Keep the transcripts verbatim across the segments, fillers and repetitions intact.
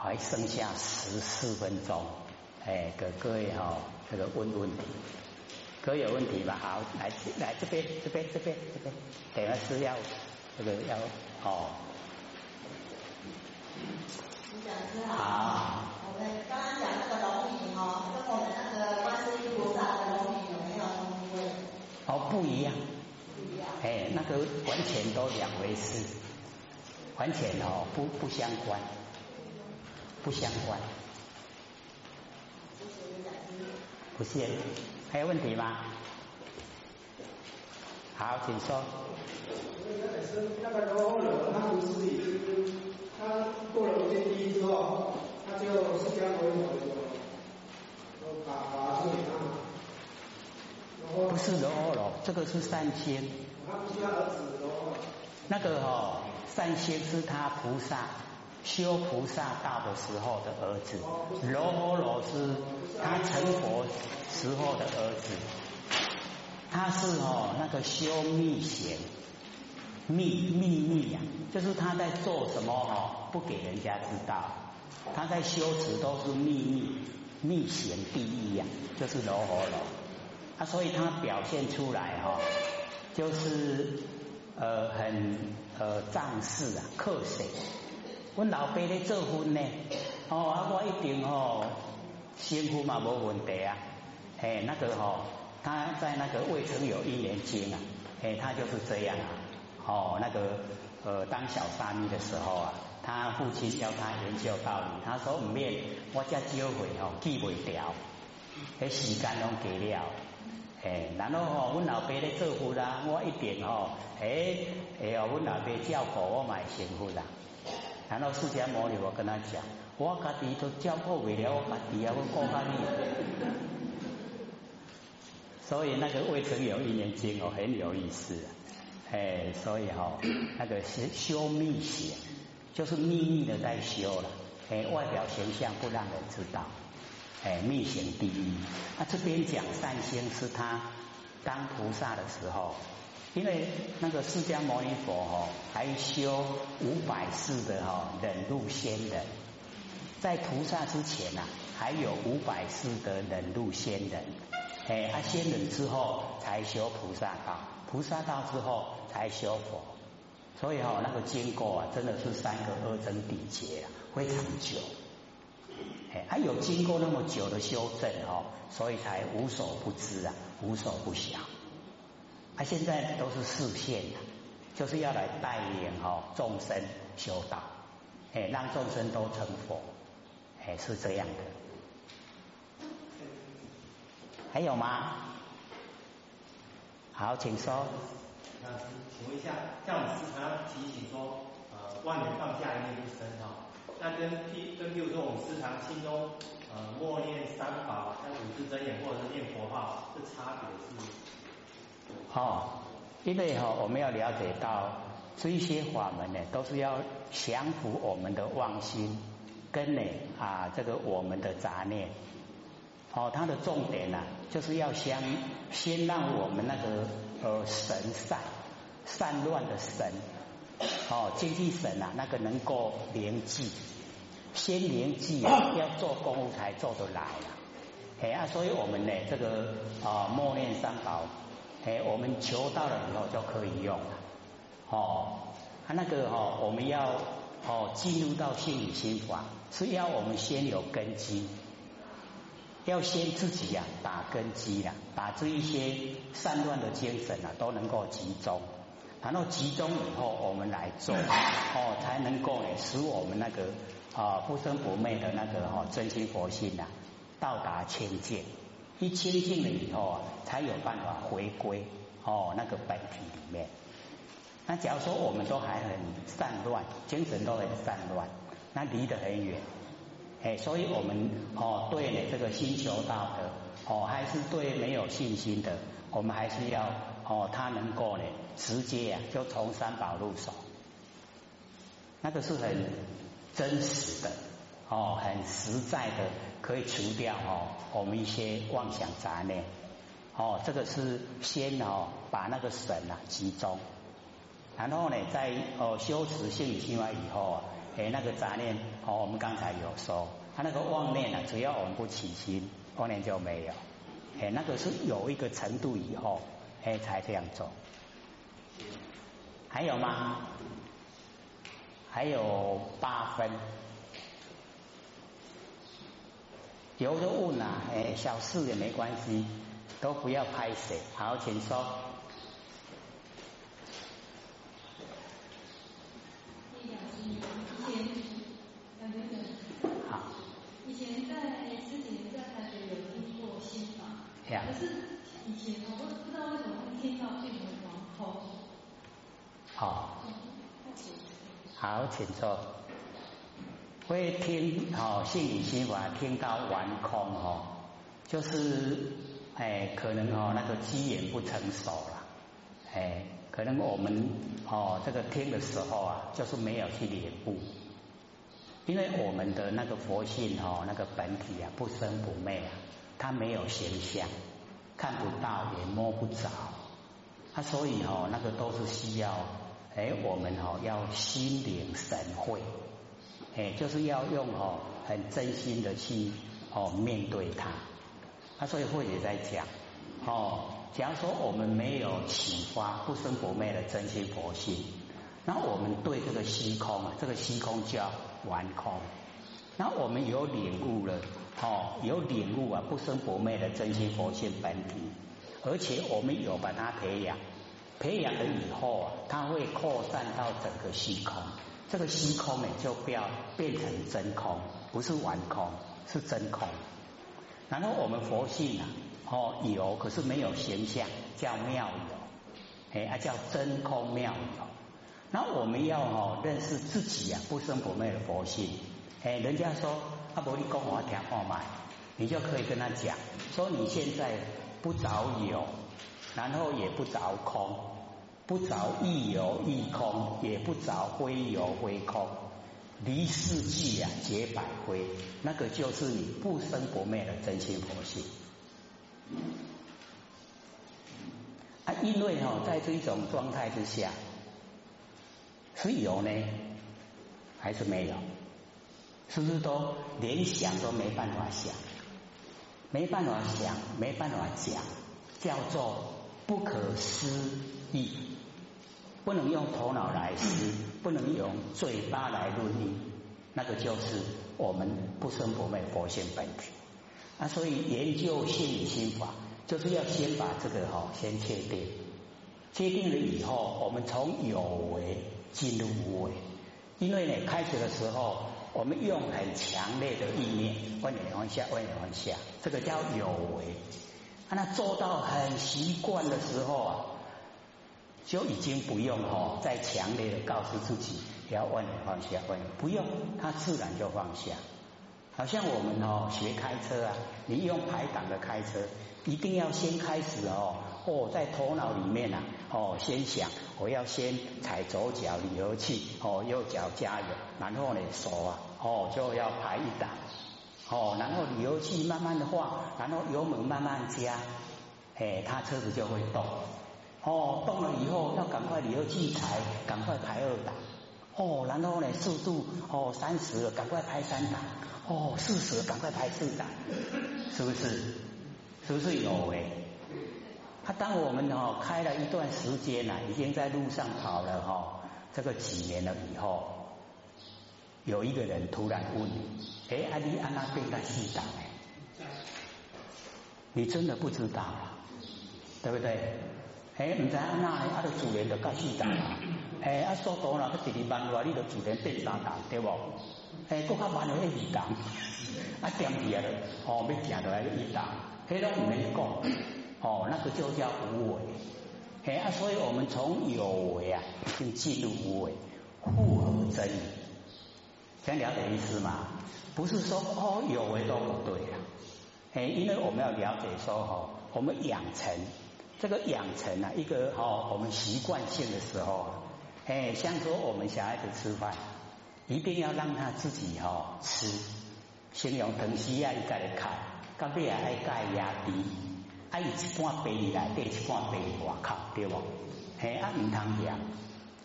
还剩下十四分钟，哎，给各位哈、哦、这个问问题，各位有问题吧？好，来来这边这边这边这边，等下是要这个要哦。 讲师好，我们刚刚讲那个龙椅哈，跟我们那个观世音菩萨的龙椅有没有同位？ 哦，不一样， 不一样。 哎，那个完全都两回事，完全哦不不相关，不相关。不是，还有问题吗？好，请说。 那个罗睺罗，他不是已经，他过了无间地之后，他就释迦牟尼佛就把把他送给他嘛。 不是罗睺罗，这个是善仙。 他不是他儿子罗睺罗。 那个哦，善仙是他菩萨修菩萨道的时候的儿子，罗睺罗是他成佛时候的儿子。他是哦那个修密行。秘秘密呀、啊，就是他在做什么哦，不给人家知道。他在修持都是秘密，密行第一呀、啊，就是罗睺罗。啊，所以他表现出来哈、哦，就是呃很呃仗势啊，克谁？我老爸咧做婚呢，哦啊我一定哦，幸福嘛无问题啊。哎，那个哦，他在那个未曾有一年经啊，哎，他就是这样啊。哦，那个呃，当小沙弥的时候啊，他父亲要他研究道理，他说唔免，我这教会哦记袂掉，迄时间拢过了，诶，然后哦，阮老爸咧做佛啦，我一定哦，诶诶哦，阮老爸照顾我买幸福啦。然后释迦牟尼我跟他讲，我家己都照顾袂了我家己啊，我顾下你。所以那个未曾有一年经哦，很有意思、啊。哎，所以哈、哦，那个是修密行，就是秘密的在修了。哎，外表形象不让人知道。哎，密行第一。那这边讲善心是他当菩萨的时候，因为那个释迦牟尼佛哦，还修五百世的哈、哦、忍辱仙人，在菩萨之前啊，还有五百世的忍辱仙人。哎，啊仙人之后才修菩萨道。菩萨道之后才修佛，所以哈、哦、那个经过啊，真的是三个二真谛劫啊，非常久。哎，还、啊、有经过那么久的修正哦，所以才无所不知啊，无所不晓。啊，现在都是示现的，就是要来带领哦众生修道，哎，让众生都成佛，哎，是这样的。还有吗？好，请说。 那请问一下，像我们时常要提醒说，呃，万缘放下，一念不生哈。那跟譬跟譬如说，我们时常心中呃默念三宝，像五字真言或者是念佛号，这差别是？ 哦，因为哈、哦，我们要了解到这一些法门呢，都是要降服我们的妄心，跟呢啊这个我们的杂念。哦，它的重点呢、啊，就是要先先让我们那个呃神散散乱的神，哦，精气神啊，那个能够灵寂，先灵寂啊，要做功夫才做得来啊。哎啊，所以我们呢，这个啊、呃、默念三宝，哎，我们求到了以后就可以用了。哦，啊那个哦，我们要哦进入到心理心法，是要我们先有根基。要先自己呀、啊、打根基呀、啊，把这一些散乱的精神啊都能够集中，然后集中以后我们来做，哦，才能够呢使我们那个啊不生不灭的那个哦真心佛心呐、啊、到达清净，一清净了以后啊，才有办法回归哦那个本体里面。那假如说我们都还很散乱，精神都很散乱，那离得很远。哎，所以我们哦对呢这个新修道的哦，还是对没有信心的，我们还是要哦，他能够呢直接啊就从三宝入手，那个是很真实的哦，很实在的，可以除掉哦我们一些妄想杂念哦，这个是先哦把那个神啊集中，然后呢在哦修持心理心法以后啊。 哎，那个杂念哦，我们刚才有说，他那个妄念啊，只要我们不起心，妄念就没有。哎，那个是有一个程度以后，哎，才这样做。还有吗？还有八分。有的问啊，哎，小事也没关系，都不要拍谁。好，请说。好。 以前在之前在台北有听过心法， 呀。 可是以前我不知道为什么会听到变成王空。 好。好，请说。会听哦，心理心法听到完空哦，就是哎，可能哦那个机缘不成熟了，哎，可能我们哦这个听的时候啊，就是没有去领悟，因为我们的那个佛性哦那个本体啊不生不灭啊，它没有形象，看不到也摸不着，啊所以哦那个都是需要哎我们哦要心领神会。哎，就是要用哦很真心的去哦面对它，啊，所以慧姐在讲哦，假如说我们没有启发不生不灭的真心佛性，那我们对这个虚空啊，这个虚空叫完空，那我们有领悟了哦，有领悟啊不生不灭的真心佛性本体，而且我们有把它培养，培养了以后啊，它会扩散到整个虚空。这个虚空呢，就不要变成真空，不是完空，是真空。然后我们佛性啊，哦有，可是没有形象，叫妙有，哎啊叫真空妙有。那我们要哦认识自己啊，不生不灭的佛性。哎，人家说阿伯利公我听看卖，你就可以跟他讲，说你现在不着有，然后也不着空。不着亦有亦空，也不着非有非空，离世际啊解百灰，那个就是你不生不灭的真心佛性。啊，因为哦，在这种状态之下，是有呢，还是没有？是不是都连想都没办法想，没办法想，没办法讲，叫做不可思议。不能用头脑来思，不能用嘴巴来论议，那个就是我们不生不灭佛性本体。啊，所以研究心理心法，就是要先把这个哈、哦、先确定，确定了以后，我们从有为进入无为。因为呢，开始的时候，我们用很强烈的意念，万念放下，万念放下，这个叫有为。啊，那做到很习惯的时候啊。就已经不用哦，再强烈的告诉自己要万念放下，万念不用，它自然就放下。好像我们哦学开车啊，你用排档的开车，一定要先开始哦哦，在头脑里面啊哦先想我要先踩左脚离合器哦，右脚加油，然后呢手啊哦就要排一档哦，然后离合器慢慢的放，然后油门慢慢加，哎，它车子就会动。哦，动了以后要赶快离合器踩，赶快排二档。哦，然后呢速度哦三十了，赶快排三档。哦，四十赶快排四档，是不是？是不是有为？他、啊、当我们哦开了一段时间了、啊，已经在路上跑了哈、哦，这个几年了以后，有一个人突然问你，哎，阿你安那变到四档哎，你真的不知道啊，对不对？哎，唔知安那，啊，就自然就到四档啦。哎，啊，速度啦，佢一二万外，你就自然变三档，对不？哎，搁较慢就一二档，啊，点起来哦，要行到来一档，迄拢唔免讲，哦，那个就叫无为。哎啊，所以我们从有为啊，已经进入无为，复合真理。这样了解意思吗？不是说哦有为都不对啊。哎，因为我们要了解说哦，我们养成。这个养成啊，一个哦，我们习惯性的时候啊，哎，像说我们小孩子吃饭，一定要让他自己哦吃，先用汤匙啊，伊家己开，到尾啊爱加压低，啊伊一半杯里来，第一半杯外口，对不？嘿啊唔通养，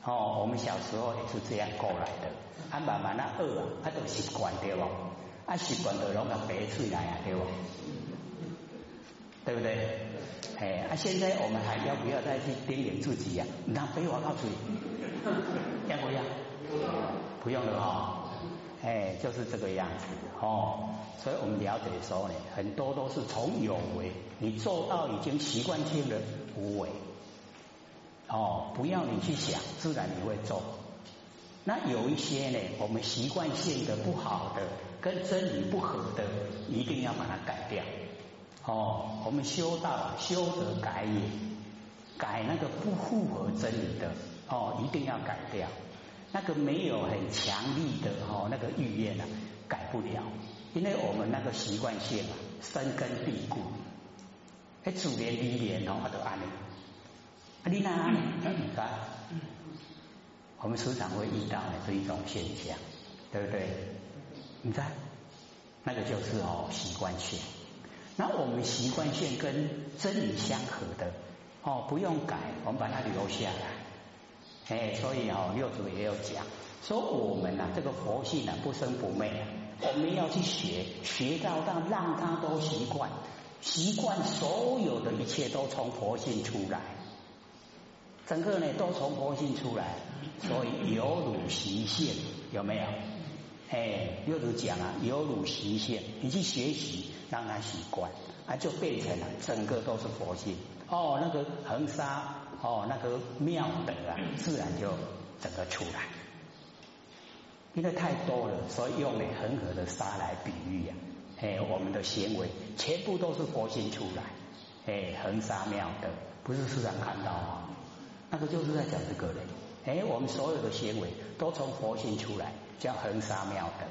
哦，我们小时候也是这样过来的，啊慢慢啊学啊，啊都习惯对不？啊习惯就拢个白出来啊对不？对不对？哎，啊现在我们还要不要再去叮咛自己呀、啊？你拿白话告诉你，要不要？不用了哈、哦，哎，就是这个样子哦。所以我们了解说呢，很多都是从有为，你做到已经习惯性的无为。哦，不要你去想，自然你会做。那有一些呢，我们习惯性的不好的，跟真理不合的，一定要把它改掉。哦，我们修道修得改也，改那个不符合真理的，哦，一定要改掉。那个没有很强力的哦，那个意愿啊，改不了，因为我们那个习惯性啊，深根蒂固。哎，主年理念哦，都安尼。你哪安尼？你看，我们时常会遇到的这一种现象，对不对？你看，那个就是哦习惯性。那我们习惯性跟真理相合的哦，不用改，我们把它留下来。哎，所以哦，六祖也有讲，说我们啊，这个佛性啊，不生不灭啊，我们要去学，学到到让它都习惯，习惯所有的一切都从佛性出来。整个呢都从佛性出来，所以有辱习性，有没有？哎，六祖讲啊，有辱习性，你去学习，让他习惯，啊，就变成了整个都是佛性。哦，那个恒沙，哦，那个妙德啊，自然就整个出来。因为太多了，所以用了恒河的沙来比喻啊。哎，我们的行为全部都是佛性出来，哎，恒沙妙德，不是时常看到啊。那个就是在讲这个人，哎，我们所有的行为都从佛性出来，叫恒沙妙德。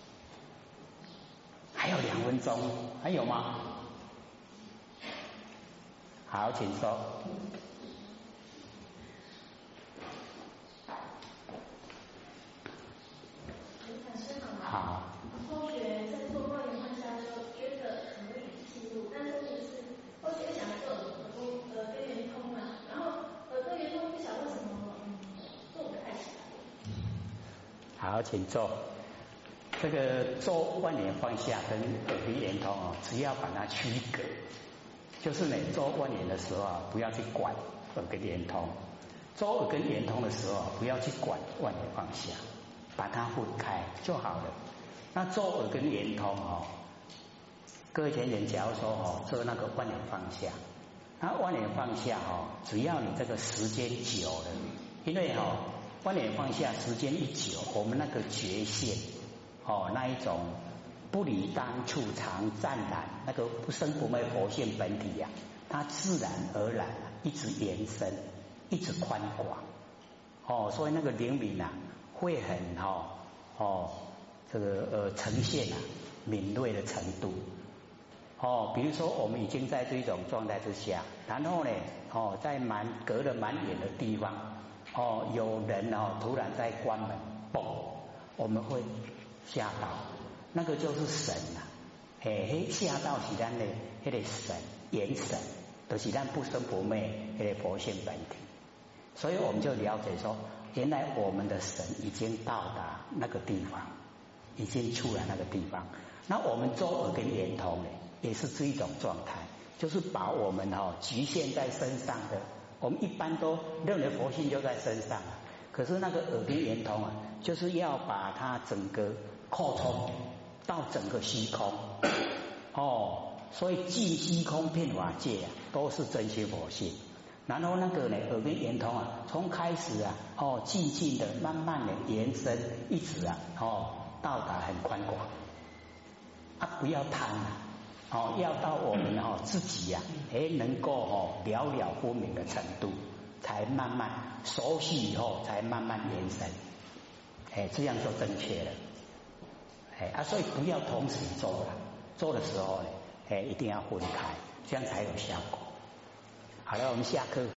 还有两分钟，还有吗？好，请说。好。 后学在做观念放下的时候，觉得可以记录，但是问题是，后学想做呃跟圆通嘛，然后呃跟圆通不晓得为什么嗯做不太起来。 好，请坐。这个做万年放下跟耳根圆通哦，只要把它区隔，就是呢做万年的时候啊，不要去管耳根圆通；做耳根圆通的时候，不要去管万年放下，把它分开就好了。那做耳根圆通哦，各位前人假如说哦做那个万年放下，那万年放下哦，只要你这个时间久了，因为哦万年放下时间一久，我们那个觉性哦那一种不离当处常湛然，那个不生不灭佛性本体呀、啊，它自然而然一直延伸，一直宽广哦，所以那个灵敏啊会很哦哦这个呃呈现啊敏锐的程度哦，比如说我们已经在这种状态之下，然后呢哦在蛮隔了蛮远的地方哦有人哦突然在关门嘣，我们会吓到，那个就是神啊，嘿嘿吓到是咱的那个神元神，就是咱不生不灭那个佛性本体，所以我们就了解说，原来我们的神已经到达那个地方，已经出来那个地方。那我们周耳根圆通呢，也是这一种状态，就是把我们哈、哦、局限在身上的，我们一般都认为佛性就在身上，可是那个耳根圆通啊，就是要把它整个扩充到整个虚空哦，所以尽虚空遍法界啊，都是真心佛性。然后那个呢，耳根圆通啊，从开始啊，哦，静静的、慢慢的延伸，一直啊，哦，到达很宽广。啊，不要贪啊，哦，要到我们哦自己呀、啊，哎，能够哦了了分明的程度，才慢慢熟悉以后，才慢慢延伸。哎，这样就正确了。哎啊，所以不要同时做了，做的时候呢，哎，一定要分开，这样才有效果。好了，我们下课。